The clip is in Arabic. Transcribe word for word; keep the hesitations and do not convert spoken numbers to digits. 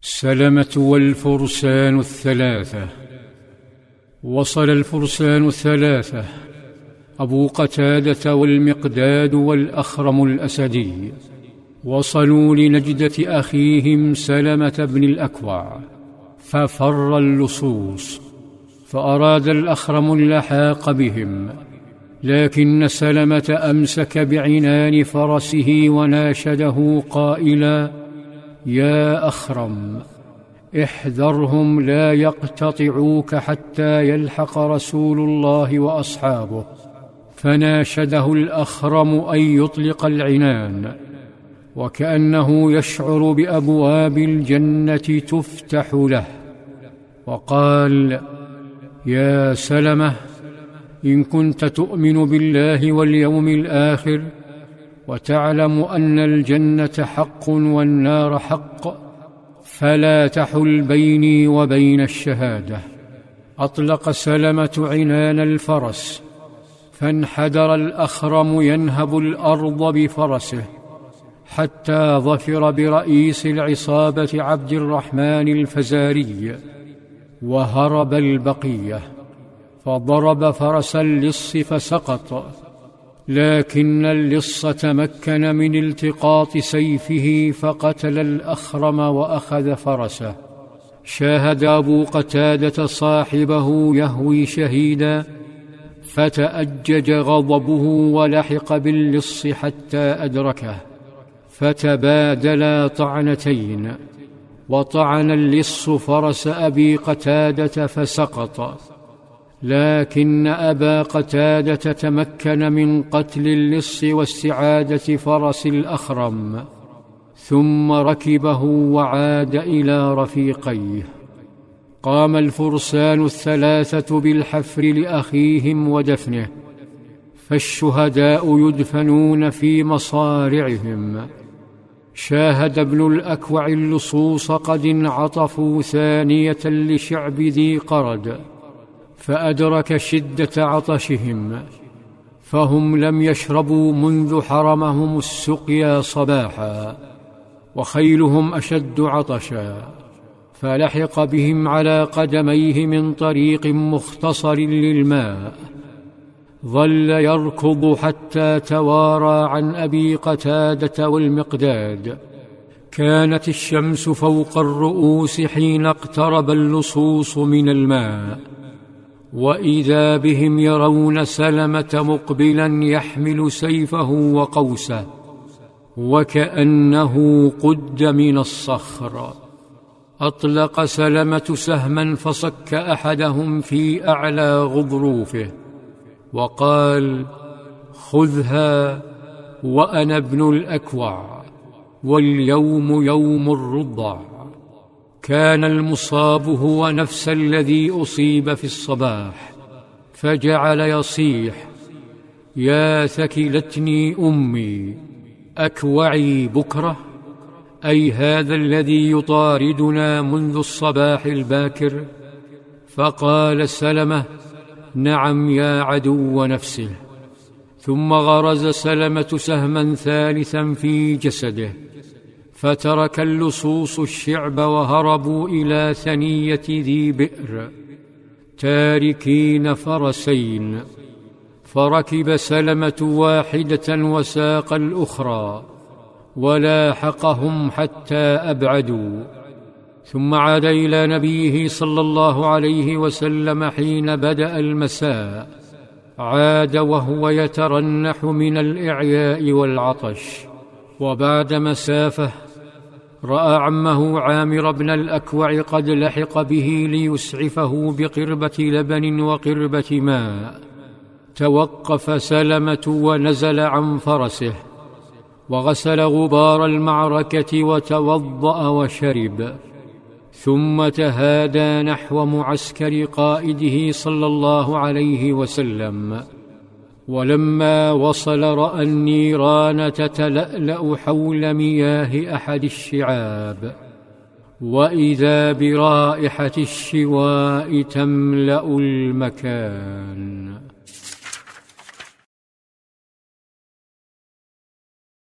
سلمة والفرسان الثلاثة. وصل الفرسان الثلاثة أبو قتادة والمقداد والأخرم الأسدي، وصلوا لنجدة أخيهم سلمة بن الأكوع، ففر اللصوص، فأراد الأخرم اللحاق بهم، لكن سلمة أمسك بعنان فرسه وناشده قائلا: يا أخرم، احذرهم لا يقتطعوك حتى يلحق رسول الله وأصحابه. فناشده الأخرم أن يطلق العنان، وكأنه يشعر بأبواب الجنة تفتح له، وقال: يا سلمة، إن كنت تؤمن بالله واليوم الآخر وتعلم أن الجنة حق والنار حق، فلا تحل بيني وبين الشهادة. أطلق سلمة عنان الفرس، فانحدر الأخرم ينهب الأرض بفرسه حتى ظفر برئيس العصابة عبد الرحمن الفزاري، وهرب البقية، فضرب فرس اللص فسقط، لكن اللص تمكن من التقاط سيفه فقتل الأخرم وأخذ فرسه. شاهد أبو قتادة صاحبه يهوي شهيدا، فتأجج غضبه ولحق باللص حتى أدركه، فتبادلا طعنتين، وطعن اللص فرس أبي قتادة فسقط، لكن أبا قتادة تمكن من قتل اللص واستعادة فرس الأخرم، ثم ركبه وعاد إلى رفيقيه. قام الفرسان الثلاثة بالحفر لأخيهم ودفنه، فالشهداء يدفنون في مصارعهم. شاهد ابن الأكوع اللصوص قد انعطفوا ثانية لشعب ذي قرد، فأدرك شدة عطشهم، فهم لم يشربوا منذ حرمهم السقيا صباحا، وخيلهم أشد عطشا، فلحق بهم على قدميه من طريق مختصر للماء. ظل يركض حتى توارى عن أبي قتادة والمقداد. كانت الشمس فوق الرؤوس حين اقترب اللصوص من الماء، وإذا بهم يرون سلمة مقبلا يحمل سيفه وقوسه، وكأنه قد من الصخر. أطلق سلمة سهما فصك أحدهم في أعلى غضروفه، وقال: خذها وأنا ابن الأكوع، واليوم يوم الرضع. كان المصاب هو نفس الذي أصيب في الصباح، فجعل يصيح: يا ثكلتني أمي، أكوعي بكرة؟ أي هذا الذي يطاردنا منذ الصباح الباكر؟ فقال سلمة: نعم يا عدو نفسه. ثم غرز سلمة سهما ثالثا في جسده، فترك اللصوص الشعب وهربوا إلى ثنية ذي بئر تاركين فرسين، فركب سلمة واحدة وساق الأخرى، ولاحقهم حتى أبعدوا. ثم عاد إلى نبيه صلى الله عليه وسلم حين بدأ المساء، عاد وهو يترنح من الإعياء والعطش، وبعد مسافة رأى عمه عامر بن الأكوع قد لحق به ليسعفه بقربة لبن وقربة ماء. توقف سلمة ونزل عن فرسه، وغسل غبار المعركة وتوضأ وشرب، ثم تهادى نحو معسكر قائده صلى الله عليه وسلم. ولما وصل رأى النيران تتلألأ حول مياه أحد الشعاب، وإذا برائحة الشواء تملأ المكان.